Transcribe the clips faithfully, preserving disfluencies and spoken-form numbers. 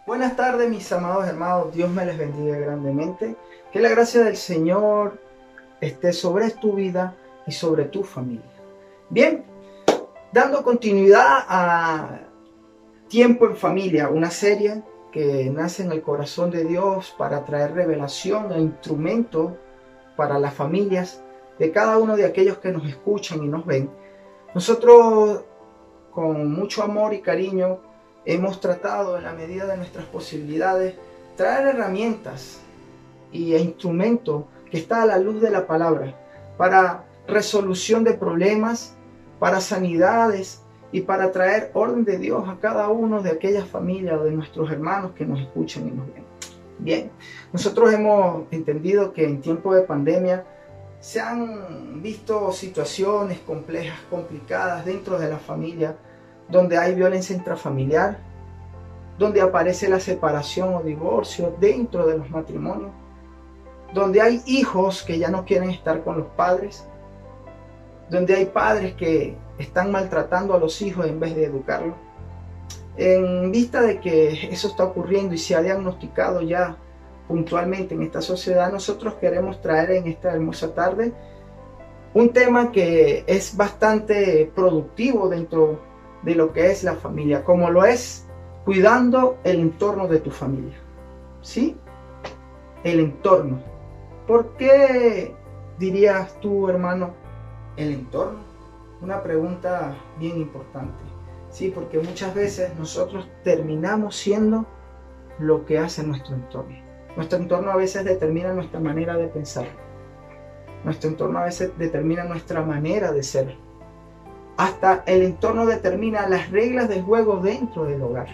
Buenas tardes, mis amados hermanos. Dios me les bendiga grandemente. Que la gracia del Señor esté sobre tu vida y sobre tu familia. Bien, dando continuidad a Tiempo en Familia, una serie que nace en el corazón de Dios para traer revelación e instrumento para las familias de cada uno de aquellos que nos escuchan y nos ven. Nosotros, con mucho amor y cariño, hemos tratado, en la medida de nuestras posibilidades, traer herramientas y instrumentos que están a la luz de la palabra para resolución de problemas, para sanidades y para traer orden de Dios a cada uno de aquellas familias o de nuestros hermanos que nos escuchan y nos ven. Bien, nosotros hemos entendido que en tiempo de pandemia se han visto situaciones complejas, complicadas dentro de la familia, donde hay violencia intrafamiliar, donde aparece la separación o divorcio dentro de los matrimonios, donde hay hijos que ya no quieren estar con los padres, donde hay padres que están maltratando a los hijos en vez de educarlos. En vista de que eso está ocurriendo y se ha diagnosticado ya puntualmente en esta sociedad, nosotros queremos traer en esta hermosa tarde un tema que es bastante productivo dentro de lo que es la familia, como lo es cuidando el entorno de tu familia. ¿Sí? El entorno. ¿Por qué dirías tú, hermano, el entorno? Una pregunta bien importante. Sí, porque muchas veces nosotros terminamos siendo lo que hace nuestro entorno. Nuestro entorno a veces determina nuestra manera de pensar. Nuestro entorno a veces determina nuestra manera de ser. Hasta el entorno determina las reglas del juego dentro del hogar.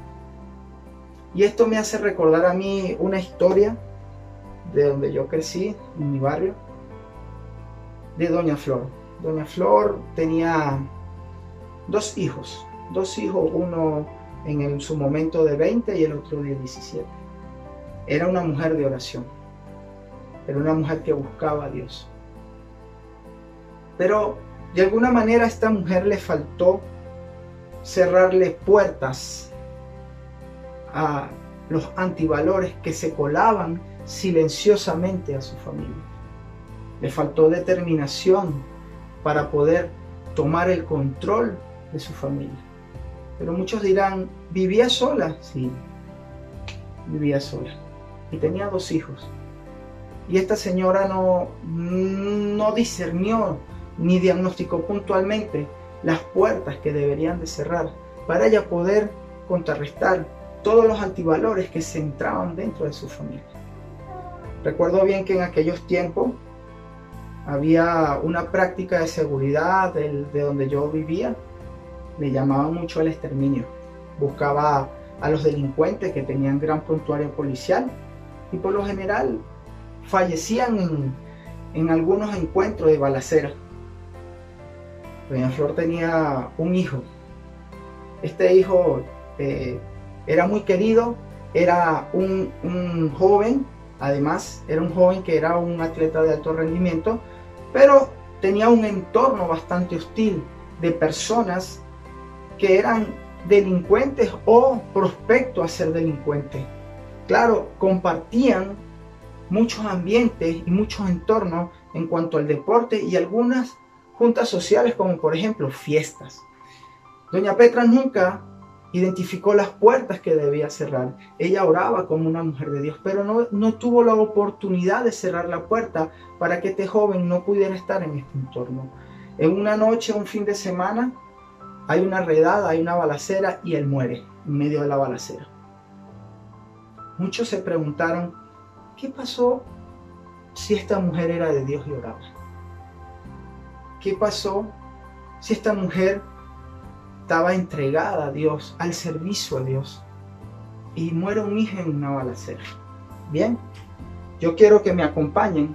Y esto me hace recordar a mí una historia de donde yo crecí, en mi barrio, de Doña Flor. Doña Flor tenía dos hijos, dos hijos, uno en el, su momento de veinte y el otro de diecisiete. Era una mujer de oración, era una mujer que buscaba a Dios. Pero de alguna manera a esta mujer le faltó cerrarle puertas a los antivalores que se colaban silenciosamente a su familia. Le faltó determinación para poder tomar el control de su familia. Pero muchos dirán, ¿vivía sola? Sí, vivía sola. Y tenía dos hijos. Y esta señora no, no discernió ni diagnosticó puntualmente las puertas que deberían de cerrar para ella poder contrarrestar todos los antivalores que se entraban dentro de su familia. Recuerdo bien que en aquellos tiempos había una práctica de seguridad de, de donde yo vivía, le llamaban mucho el exterminio. Buscaba a los delincuentes que tenían gran prontuario policial y por lo general fallecían en, en algunos encuentros de balacera. Doña Flor tenía un hijo. Este hijo eh, era muy querido, era un, un joven, además era un joven que era un atleta de alto rendimiento, pero tenía un entorno bastante hostil de personas que eran delincuentes o prospectos a ser delincuentes. Claro, compartían muchos ambientes y muchos entornos en cuanto al deporte y algunas juntas sociales, como por ejemplo fiestas. Doña Petra nunca identificó las puertas que debía cerrar. Ella oraba como una mujer de Dios, pero no, no tuvo la oportunidad de cerrar la puerta para que este joven no pudiera estar en este entorno. En una noche, un fin de semana, hay una redada, hay una balacera y él muere en medio de la balacera. Muchos se preguntaron, ¿qué pasó si esta mujer era de Dios y oraba? ¿Qué pasó si esta mujer estaba entregada a Dios, al servicio a Dios, y muere un hijo en una balacera? Bien, yo quiero que me acompañen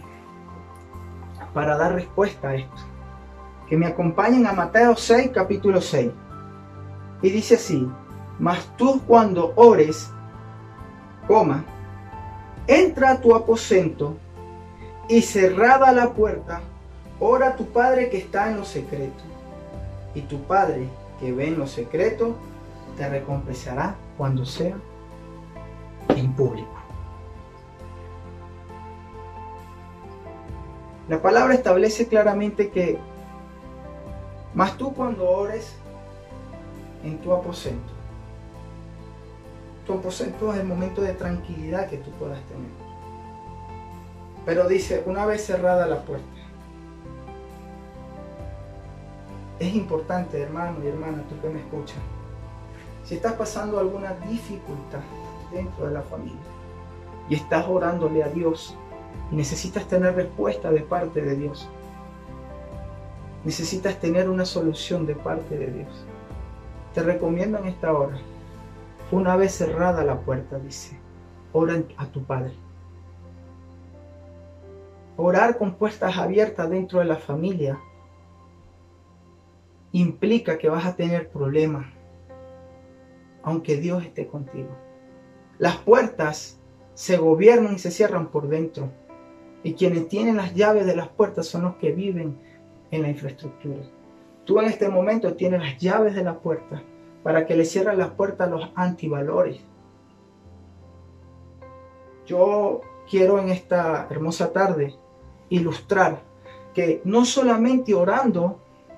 para dar respuesta a esto. Que me acompañen a Mateo seis, capítulo seis. Y dice así, mas tú cuando ores, coma, entra a tu aposento y cerrada la puerta, ora a tu Padre que está en lo secreto, y tu Padre que ve en lo secreto te recompensará cuando sea en público. La palabra establece claramente que, mas tú cuando ores en tu aposento, tu aposento es el momento de tranquilidad que tú puedas tener. Pero dice, una vez cerrada la puerta, es importante, hermano y hermana, tú que me escuchas, si estás pasando alguna dificultad dentro de la familia y estás orándole a Dios y necesitas tener respuesta de parte de Dios, necesitas tener una solución de parte de Dios, te recomiendo en esta hora, una vez cerrada la puerta, dice, ora a tu Padre. Orar con puertas abiertas dentro de la familia implica que vas a tener problemas, aunque Dios esté contigo. Las puertas se gobiernan y se cierran por dentro, y quienes tienen las llaves de las puertas son los que viven en la infraestructura. Tú en este momento tienes las llaves de la puerta para que le cierren las puertas a los antivalores. Yo quiero en esta hermosa tarde ilustrar que no solamente orando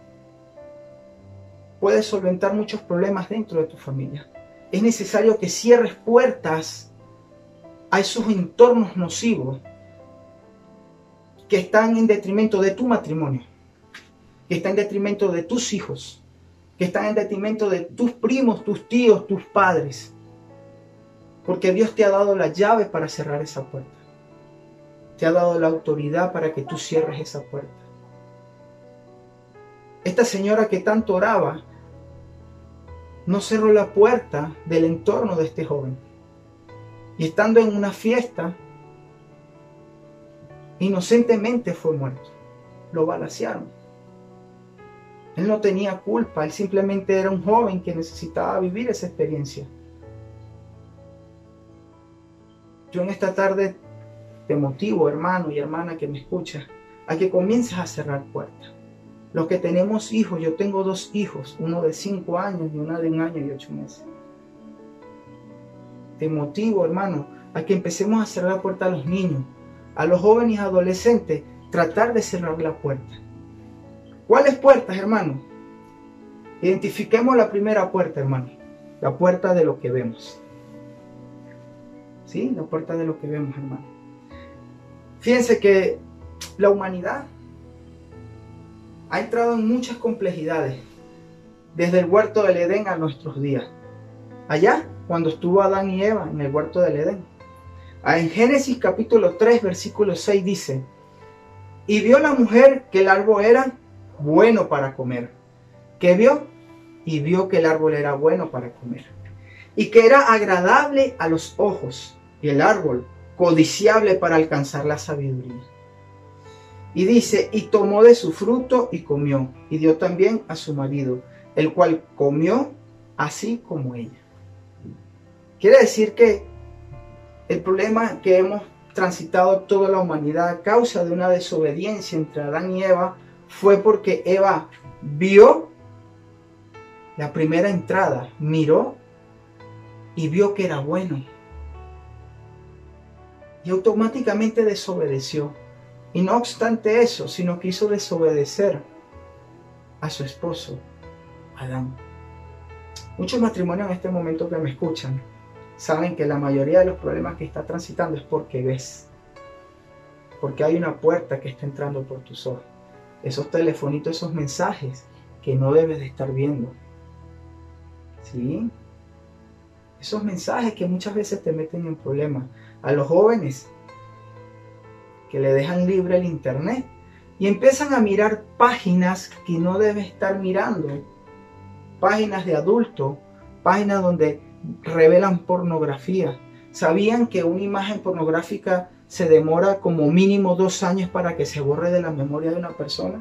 puedes solventar muchos problemas dentro de tu familia. Es necesario que cierres puertas a esos entornos nocivos que están en detrimento de tu matrimonio, que están en detrimento de tus hijos, que están en detrimento de tus primos, tus tíos, tus padres. Porque Dios te ha dado la llave para cerrar esa puerta. Te ha dado la autoridad para que tú cierres esa puerta. Esta señora que tanto oraba no cerró la puerta del entorno de este joven. Y estando en una fiesta, inocentemente fue muerto. Lo balacearon. Él no tenía culpa, él simplemente era un joven que necesitaba vivir esa experiencia. Yo en esta tarde te motivo, hermano y hermana que me escucha, a que comiences a cerrar puertas. Los que tenemos hijos, yo tengo dos hijos, uno de cinco años y una de un año y ocho meses. Te motivo, hermano, a que empecemos a cerrar la puerta a los niños, a los jóvenes y adolescentes, tratar de cerrar la puerta. ¿Cuáles puertas, hermano? Identifiquemos la primera puerta, hermano. La puerta de lo que vemos. ¿Sí? La puerta de lo que vemos, hermano. Fíjense que la humanidad ha entrado en muchas complejidades desde el huerto del Edén a nuestros días. Allá, cuando estuvo Adán y Eva en el huerto del Edén. En Génesis capítulo tres, versículo seis dice, y vio la mujer que el árbol era bueno para comer. ¿Qué vio? Y vio que el árbol era bueno para comer. Y que era agradable a los ojos. Y el árbol codiciable para alcanzar la sabiduría. Y dice, y tomó de su fruto y comió. Y dio también a su marido, el cual comió así como ella. Quiere decir que el problema que hemos transitado toda la humanidad a causa de una desobediencia entre Adán y Eva fue porque Eva vio la primera entrada, miró y vio que era bueno. Y automáticamente desobedeció. Y no obstante eso, sino quiso desobedecer a su esposo, Adán. Muchos matrimonios en este momento que me escuchan saben que la mayoría de los problemas que está transitando es porque ves. Porque hay una puerta que está entrando por tus ojos. Esos telefonitos, esos mensajes que no debes de estar viendo. ¿Sí? Esos mensajes que muchas veces te meten en problemas. A los jóvenes que le dejan libre el internet y empiezan a mirar páginas que no debes estar mirando. Páginas de adultos, páginas donde revelan pornografía. ¿Sabían que una imagen pornográfica se demora como mínimo dos años para que se borre de la memoria de una persona?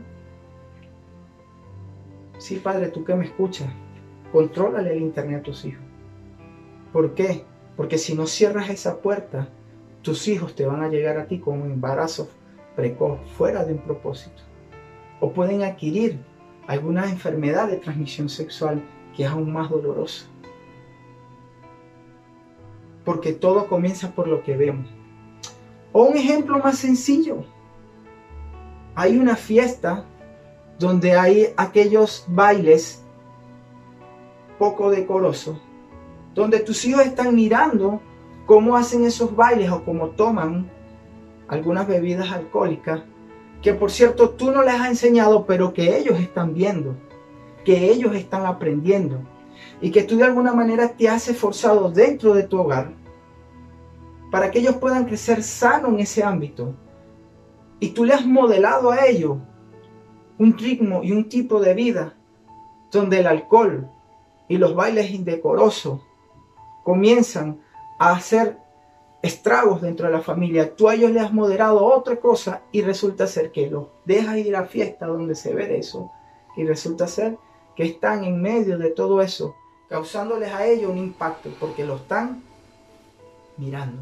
Sí, padre, tú que me escuchas, contrólale el internet a tus hijos. ¿Por qué? Porque si no cierras esa puerta, tus hijos te van a llegar a ti con un embarazo precoz, fuera de un propósito. O pueden adquirir alguna enfermedad de transmisión sexual que es aún más dolorosa. porque todo comienza por lo que vemos. O un ejemplo más sencillo. Hay una fiesta donde hay aquellos bailes poco decorosos, donde tus hijos están mirando cómo hacen esos bailes o cómo toman algunas bebidas alcohólicas, que por cierto tú no les has enseñado, pero que ellos están viendo, que ellos están aprendiendo, y que tú de alguna manera te has esforzado dentro de tu hogar para que ellos puedan crecer sano en ese ámbito. Y tú le has modelado a ellos un ritmo y un tipo de vida donde el alcohol y los bailes indecorosos comienzan a hacer estragos dentro de la familia. Tú a ellos les has moderado otra cosa y resulta ser que los dejas ir a fiestas donde se ve eso, y resulta ser que están en medio de todo eso, causándoles a ellos un impacto porque lo están mirando.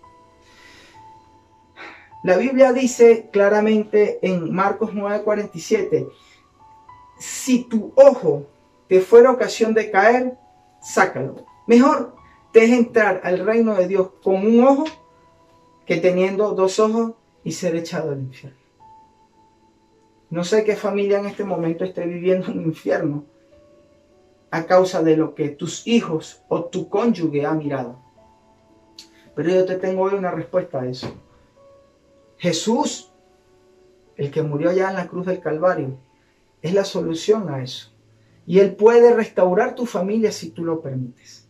La Biblia dice claramente en Marcos nueve cuarenta y siete, si tu ojo te fuera ocasión de caer, sácalo. Mejor te es entrar al reino de Dios con un ojo que teniendo dos ojos y ser echado al infierno. No sé qué familia en este momento esté viviendo un infierno a causa de lo que tus hijos o tu cónyuge ha mirado. Pero yo te tengo hoy una respuesta a eso. Jesús, el que murió ya en la cruz del Calvario, es la solución a eso. Y Él puede restaurar tu familia si tú lo permites.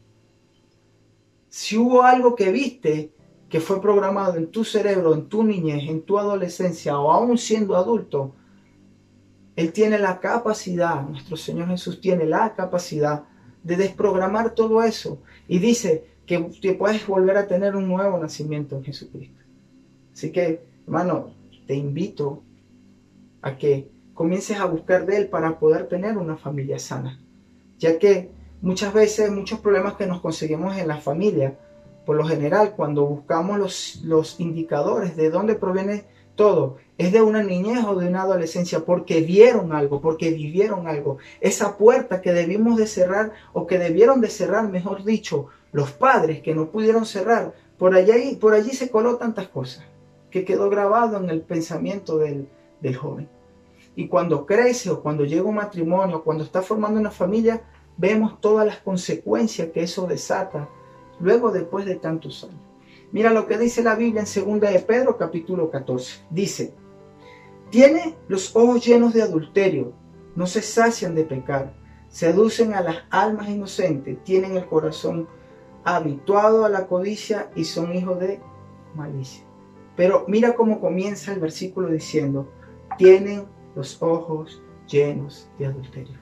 Si hubo algo que viste que fue programado en tu cerebro, en tu niñez, en tu adolescencia o aún siendo adulto, Él tiene la capacidad, nuestro Señor Jesús tiene la capacidad de desprogramar todo eso. Y dice que te puedes volver a tener un nuevo nacimiento en Jesucristo. Así que, hermano, te invito a que comiences a buscar de Él para poder tener una familia sana. Ya que muchas veces, muchos problemas que nos conseguimos en la familia, por lo general, cuando buscamos los, los indicadores de dónde proviene todo, es de una niñez o de una adolescencia, porque vieron algo, porque vivieron algo. Esa puerta que debimos de cerrar, o que debieron de cerrar, mejor dicho, los padres que no pudieron cerrar, por allí, por allí se coló tantas cosas, que quedó grabado en el pensamiento del, del joven. Y cuando crece o cuando llega un matrimonio, cuando está formando una familia, vemos todas las consecuencias que eso desata luego después de tantos años. Mira lo que dice la Biblia en segunda de Pedro capítulo catorce. Dice, tiene los ojos llenos de adulterio, no se sacian de pecar, seducen a las almas inocentes, tienen el corazón habituado a la codicia y son hijos de malicia. Pero mira cómo comienza el versículo diciendo, tienen los ojos llenos de adulterio.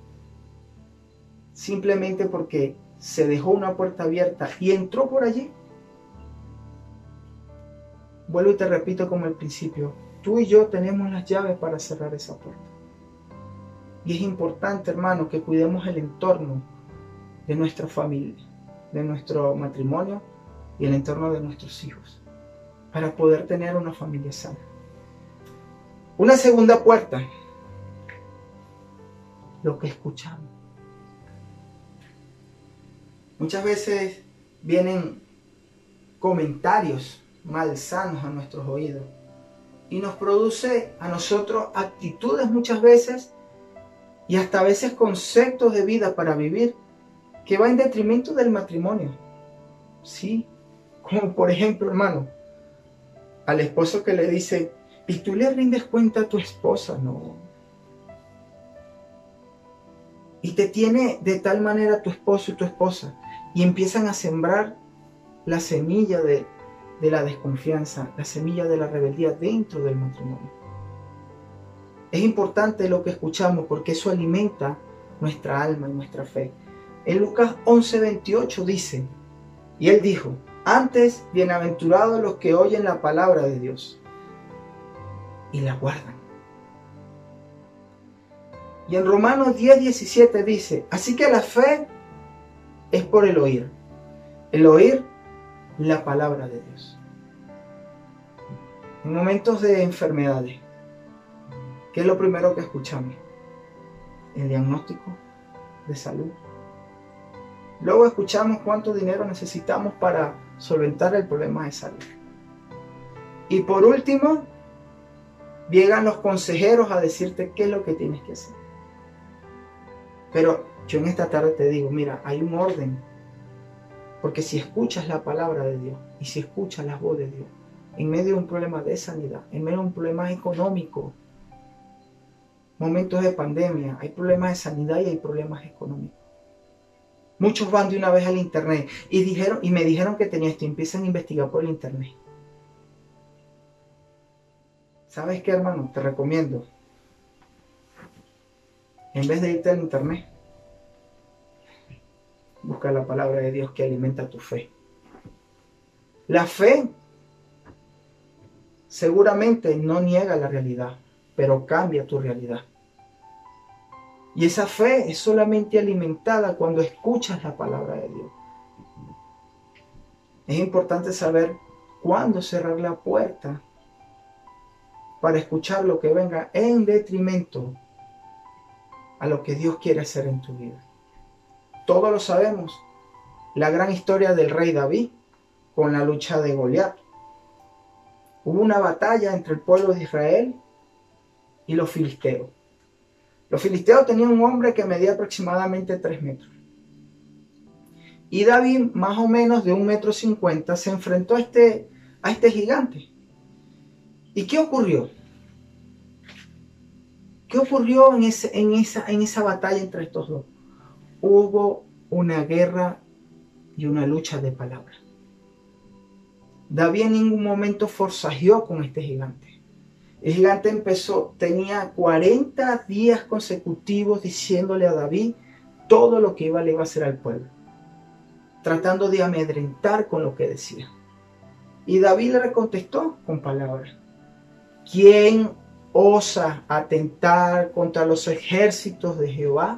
Simplemente porque se dejó una puerta abierta y entró por allí. Vuelvo y te repito como al principio, tú y yo tenemos las llaves para cerrar esa puerta. Y es importante, hermano, que cuidemos el entorno de nuestra familia, de nuestro matrimonio y el entorno de nuestros hijos, para poder tener una familia sana. Una segunda puerta, lo que escuchamos. Muchas veces vienen comentarios malsanos a nuestros oídos y nos produce a nosotros actitudes muchas veces y hasta a veces conceptos de vida para vivir que va en detrimento del matrimonio. Sí, como por ejemplo, hermano, al esposo que le dice, ¿y tú le rindes cuenta a tu esposa? No. Y te tiene de tal manera tu esposo y tu esposa, y empiezan a sembrar la semilla de, de la desconfianza, la semilla de la rebeldía dentro del matrimonio. Es importante lo que escuchamos porque eso alimenta nuestra alma y nuestra fe. En Lucas once veintiocho dice, y él dijo, antes bienaventurados los que oyen la palabra de Dios y la guardan. Y en Romanos diez diecisiete dice, así que la fe es por el oír. El oír la palabra de Dios. En momentos de enfermedades, ¿qué es lo primero que escuchamos? El diagnóstico de salud. Luego escuchamos cuánto dinero necesitamos para solventar el problema de salud. Y por último, llegan los consejeros a decirte qué es lo que tienes que hacer. Pero yo en esta tarde te digo, mira, hay un orden. Porque si escuchas la palabra de Dios y si escuchas la voz de Dios, en medio de un problema de sanidad, en medio de un problema económico, momentos de pandemia, hay problemas de sanidad y hay problemas económicos. Muchos van de una vez al internet y, dijeron, y me dijeron que tenía esto y empiezan a investigar por el internet. ¿Sabes qué, hermano? Te recomiendo. En vez de irte al internet, busca la palabra de Dios que alimenta tu fe. La fe seguramente no niega la realidad, pero cambia tu realidad. Y esa fe es solamente alimentada cuando escuchas la palabra de Dios. Es importante saber cuándo cerrar la puerta para escuchar lo que venga en detrimento a lo que Dios quiere hacer en tu vida. Todos lo sabemos. La gran historia del rey David con la lucha de Goliat. Hubo una batalla entre el pueblo de Israel y los filisteos. Los filisteos tenían un hombre que medía aproximadamente tres metros. Y David, más o menos de un metro cincuenta, se enfrentó a este, a este gigante. ¿Y qué ocurrió? ¿Qué ocurrió en, ese, en, esa, en esa batalla entre estos dos? Hubo una guerra y una lucha de palabras. David en ningún momento forcejeó con este gigante. El gigante empezó, tenía cuarenta días consecutivos diciéndole a David todo lo que iba, le iba a hacer al pueblo, tratando de amedrentar con lo que decía. Y David le contestó con palabras. ¿Quién osa atentar contra los ejércitos de Jehová?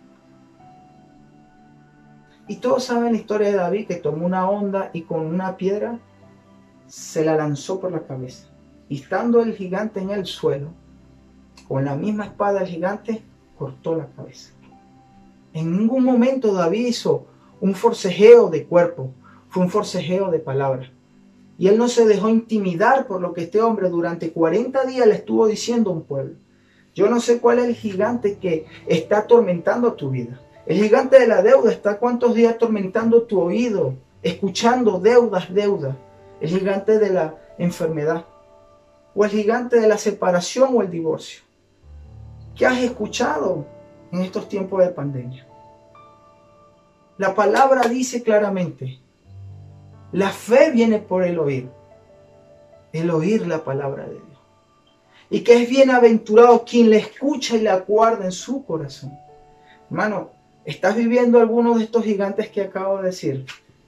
Y todos saben la historia de David, que tomó una honda y con una piedra se la lanzó por la cabeza. Y estando el gigante en el suelo, con la misma espada el gigante cortó la cabeza. En ningún momento David hizo un forcejeo de cuerpo, fue un forcejeo de palabras. Y él no se dejó intimidar por lo que este hombre durante cuarenta días le estuvo diciendo a un pueblo. Yo no sé cuál es el gigante que está atormentando tu vida. El gigante de la deuda está cuántos días atormentando tu oído, escuchando deudas, deudas. El gigante de la enfermedad, o el gigante de la separación o el divorcio. ¿Qué has escuchado en estos tiempos de pandemia? La palabra dice claramente, la fe viene por el oír, el oír la palabra de Dios. Y que es bienaventurado quien la escucha y la guarda en su corazón. Hermano, ¿estás viviendo alguno de estos gigantes que acabo de decir?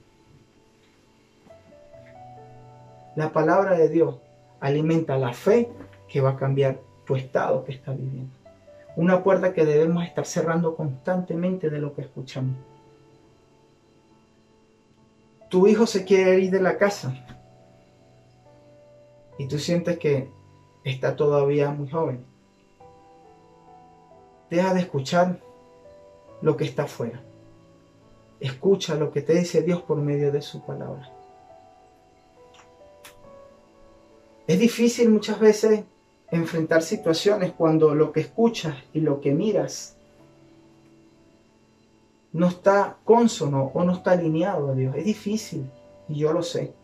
La palabra de Dios alimenta la fe que va a cambiar tu estado que estás viviendo. Una puerta que debemos estar cerrando constantemente de lo que escuchamos. Tu hijo se quiere ir de la casa y tú sientes que está todavía muy joven. Deja de escuchar lo que está afuera. Escucha lo que te dice Dios por medio de su palabra. Es difícil muchas veces enfrentar situaciones cuando lo que escuchas y lo que miras no está cónsono o no está alineado a Dios. Es difícil y yo lo sé.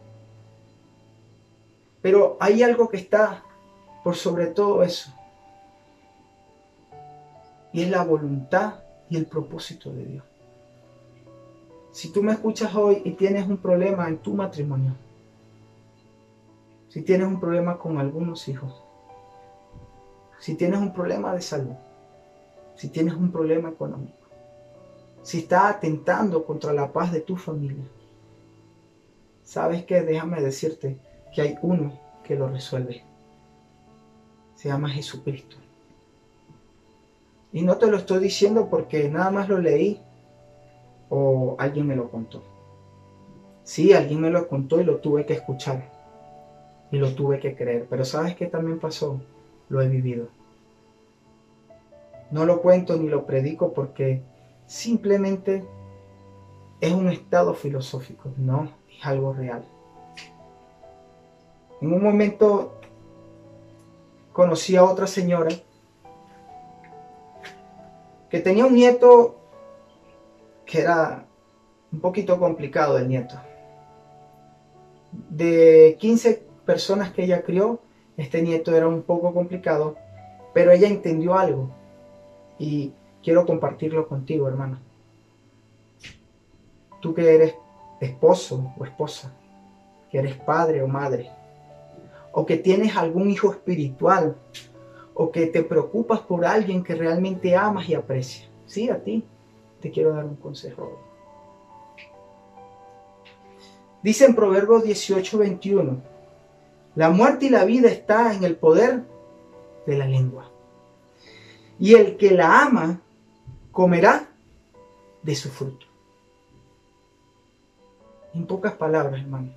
Pero hay algo que está por sobre todo eso. Y es la voluntad y el propósito de Dios. Si tú me escuchas hoy y tienes un problema en tu matrimonio, si tienes un problema con algunos hijos, si tienes un problema de salud, si tienes un problema económico, si estás atentando contra la paz de tu familia, ¿sabes qué? Déjame decirte que hay uno que lo resuelve. Se llama Jesucristo. Y no te lo estoy diciendo porque nada más lo leí o alguien me lo contó. Sí, alguien me lo contó y lo tuve que escuchar. Y lo tuve que creer. Pero ¿sabes qué también pasó? Lo he vivido. No lo cuento ni lo predico porque simplemente es un estado filosófico, no, es algo real. En un momento conocí a otra señora que tenía un nieto que era un poquito complicado, el nieto. De quince personas que ella crió, este nieto era un poco complicado, pero ella entendió algo y quiero compartirlo contigo, hermano. Tú que eres esposo o esposa, que eres padre o madre, o que tienes algún hijo espiritual, o que te preocupas por alguien que realmente amas y aprecias. Sí, a ti te quiero dar un consejo hoy. Dice en Proverbios dieciocho veintiuno, la muerte y la vida está en el poder de la lengua, y el que la ama comerá de su fruto. En pocas palabras, hermano,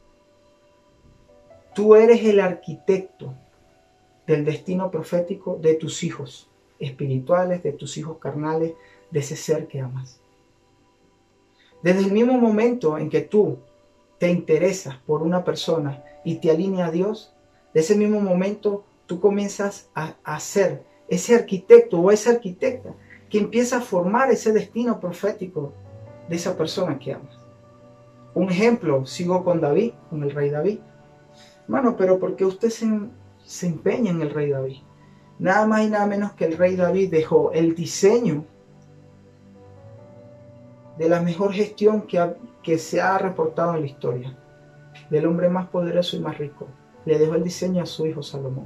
tú eres el arquitecto del destino profético de tus hijos espirituales, de tus hijos carnales, de ese ser que amas. Desde el mismo momento en que tú te interesas por una persona y te alineas a Dios, de ese mismo momento tú comienzas a, a ser ese arquitecto o esa arquitecta que empieza a formar ese destino profético de esa persona que amas. Un ejemplo, sigo con David, con el rey David. Hermano, pero ¿por qué usted se, se empeña en el rey David? Nada más y nada menos que el rey David dejó el diseño de la mejor gestión que, ha, que se ha reportado en la historia, del hombre más poderoso y más rico. Le dejó el diseño a su hijo Salomón.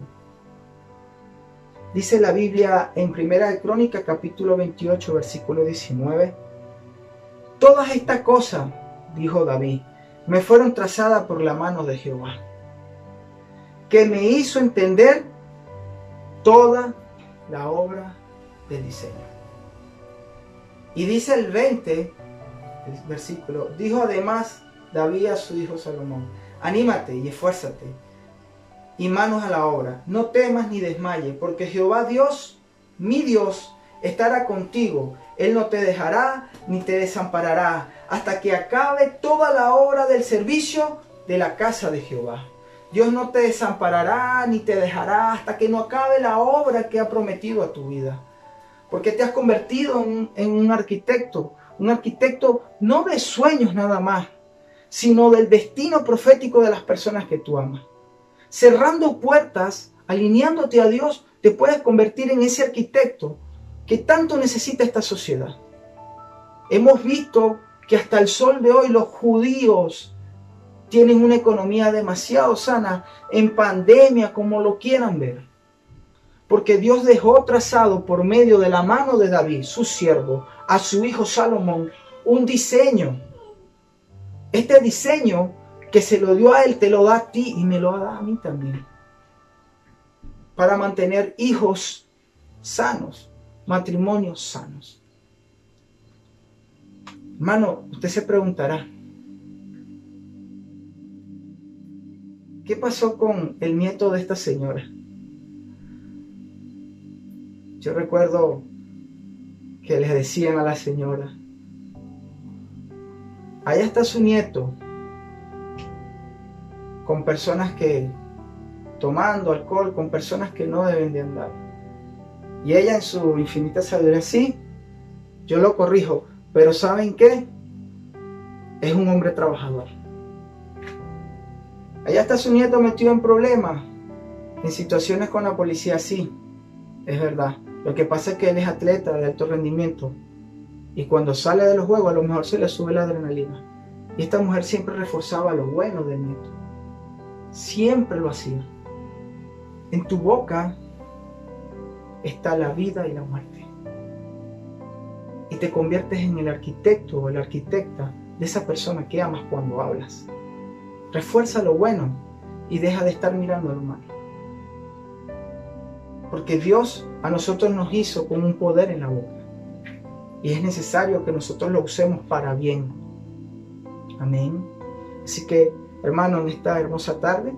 Dice la Biblia en Primera de Crónicas, capítulo veintiocho, versículo diecinueve, todas estas cosas, dijo David, me fueron trazadas por la mano de Jehová, que me hizo entender toda la obra del diseño. Y dice el veinte, el versículo, dijo además David a su hijo Salomón, anímate y esfuérzate, y manos a la obra, no temas ni desmayes, porque Jehová Dios, mi Dios, estará contigo. Él no te dejará ni te desamparará hasta que acabe toda la obra del servicio de la casa de Jehová. Dios no te desamparará ni te dejará hasta que no acabe la obra que ha prometido a tu vida. Porque te has convertido en, en un arquitecto, un arquitecto no de sueños nada más, sino del destino profético de las personas que tú amas. Cerrando puertas, alineándote a Dios, te puedes convertir en ese arquitecto que tanto necesita esta sociedad. Hemos visto que hasta el sol de hoy los judíos tienen una economía demasiado sana, en pandemia, como lo quieran ver. Porque Dios dejó trazado por medio de la mano de David, su siervo, a su hijo Salomón, un diseño. Este diseño que se lo dio a él, te lo da a ti y me lo da a mí también. Para mantener hijos sanos, matrimonios sanos. Hermano, usted se preguntará, ¿qué pasó con el nieto de esta señora? Yo recuerdo que les decían a la señora, allá está su nieto, con personas que, tomando alcohol, con personas que no deben de andar. Y ella en su infinita sabiduría, sí, yo lo corrijo, pero ¿saben qué? Es un hombre trabajador. Allá está su nieto metido en problemas, en situaciones con la policía, sí, es verdad. Lo que pasa es que él es atleta de alto rendimiento y cuando sale de los juegos a lo mejor se le sube la adrenalina. Y esta mujer siempre reforzaba lo bueno del nieto. Siempre lo hacía. En tu boca está la vida y la muerte. Y te conviertes en el arquitecto o la arquitecta de esa persona que amas cuando hablas. Refuerza lo bueno y deja de estar mirando lo malo. Porque Dios a nosotros nos hizo con un poder en la boca. Y es necesario que nosotros lo usemos para bien. Amén. Así que, hermano, en esta hermosa tarde,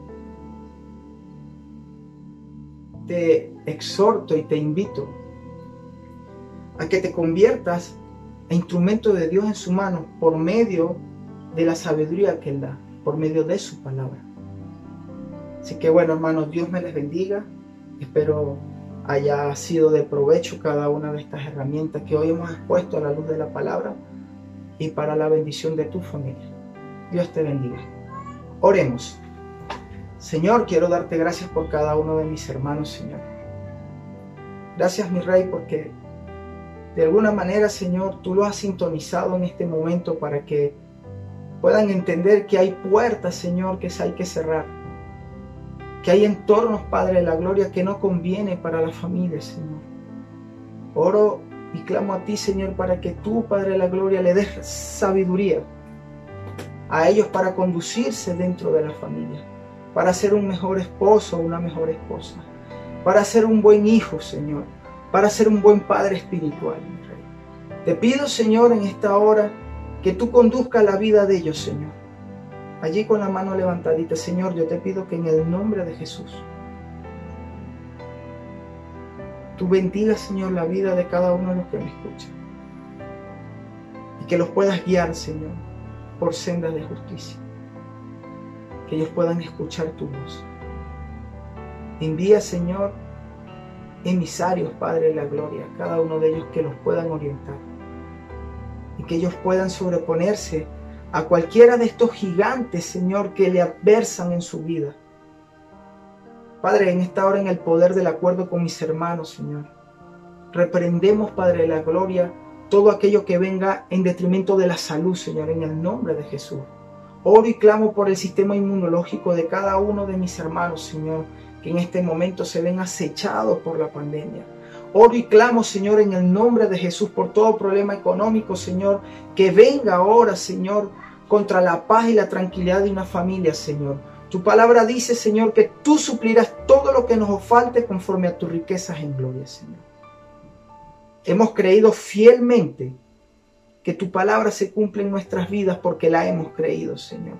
te exhorto y te invito a que te conviertas e instrumento de Dios en su mano por medio de la sabiduría que Él da, por medio de su palabra. Así que bueno, hermanos, Dios me les bendiga. Espero haya sido de provecho cada una de estas herramientas que hoy hemos expuesto a la luz de la palabra y para la bendición de tu familia. Dios te bendiga. Oremos. Señor, quiero darte gracias por cada uno de mis hermanos, Señor. Gracias, mi Rey, porque de alguna manera, Señor, tú lo has sintonizado en este momento para que puedan entender que hay puertas, Señor, que hay que cerrar. Que hay entornos, Padre de la Gloria, que no conviene para la familia, Señor. Oro y clamo a ti, Señor, para que tú, Padre de la Gloria, le des sabiduría a ellos para conducirse dentro de la familia, para ser un mejor esposo o una mejor esposa, para ser un buen hijo, Señor, para ser un buen padre espiritual, mi Rey. Te pido, Señor, en esta hora, que tú conduzcas la vida de ellos, Señor. Allí con la mano levantadita, Señor, yo te pido que en el nombre de Jesús, tú bendigas, Señor, la vida de cada uno de los que me escuchan. Y que los puedas guiar, Señor, por sendas de justicia. Que ellos puedan escuchar tu voz. Envía, Señor, emisarios, Padre de la Gloria, cada uno de ellos que los puedan orientar. Y que ellos puedan sobreponerse a cualquiera de estos gigantes, Señor, que le adversan en su vida. Padre, en esta hora, en el poder del acuerdo con mis hermanos, Señor, reprendemos, Padre de la Gloria, todo aquello que venga en detrimento de la salud, Señor, en el nombre de Jesús. Oro y clamo por el sistema inmunológico de cada uno de mis hermanos, Señor, que en este momento se ven acechados por la pandemia. Oro y clamo, Señor, en el nombre de Jesús, por todo problema económico, Señor, que venga ahora, Señor, contra la paz y la tranquilidad de una familia, Señor. Tu palabra dice, Señor, que tú suplirás todo lo que nos falte conforme a tus riquezas en gloria, Señor. Hemos creído fielmente que tu palabra se cumple en nuestras vidas porque la hemos creído, Señor.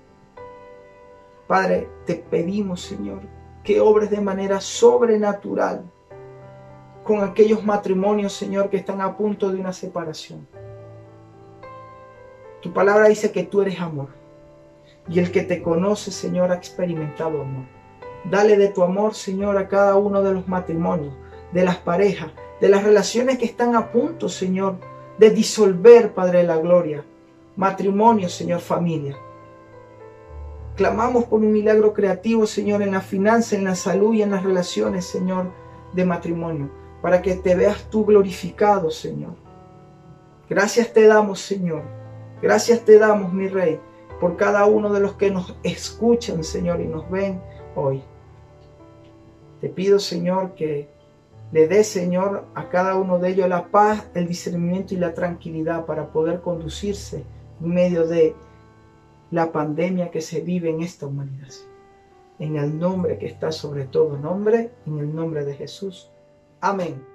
Padre, te pedimos, Señor, que obres de manera sobrenatural con aquellos matrimonios, Señor, que están a punto de una separación. Tu palabra dice que tú eres amor. Y el que te conoce, Señor, ha experimentado amor. Dale de tu amor, Señor, a cada uno de los matrimonios, de las parejas, de las relaciones que están a punto, Señor, de disolver, Padre de la Gloria. Matrimonio, Señor, familia. Clamamos por un milagro creativo, Señor, en la finanza, en la salud y en las relaciones, Señor, de matrimonio, para que te veas tú glorificado, Señor. Gracias te damos, Señor. Gracias te damos, mi Rey, por cada uno de los que nos escuchan, Señor, y nos ven hoy. Te pido, Señor, que le des, Señor, a cada uno de ellos la paz, el discernimiento y la tranquilidad para poder conducirse en medio de la pandemia que se vive en esta humanidad. En el nombre que está sobre todo nombre, en el nombre de Jesús. Amén.